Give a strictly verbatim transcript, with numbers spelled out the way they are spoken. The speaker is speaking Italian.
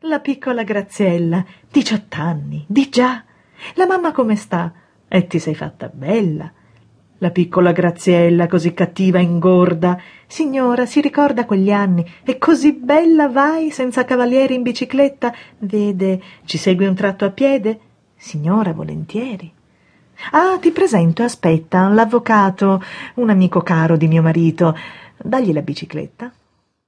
La piccola Graziella, diciott'anni, di già. La mamma come sta? E ti sei fatta bella. La piccola Graziella, così cattiva e ingorda. Signora, si ricorda quegli anni? E così bella vai, senza cavalieri in bicicletta? Vede, ci segui un tratto a piede? Signora, volentieri. Ah, ti presento, aspetta, l'avvocato, un amico caro di mio marito. Dagli la bicicletta.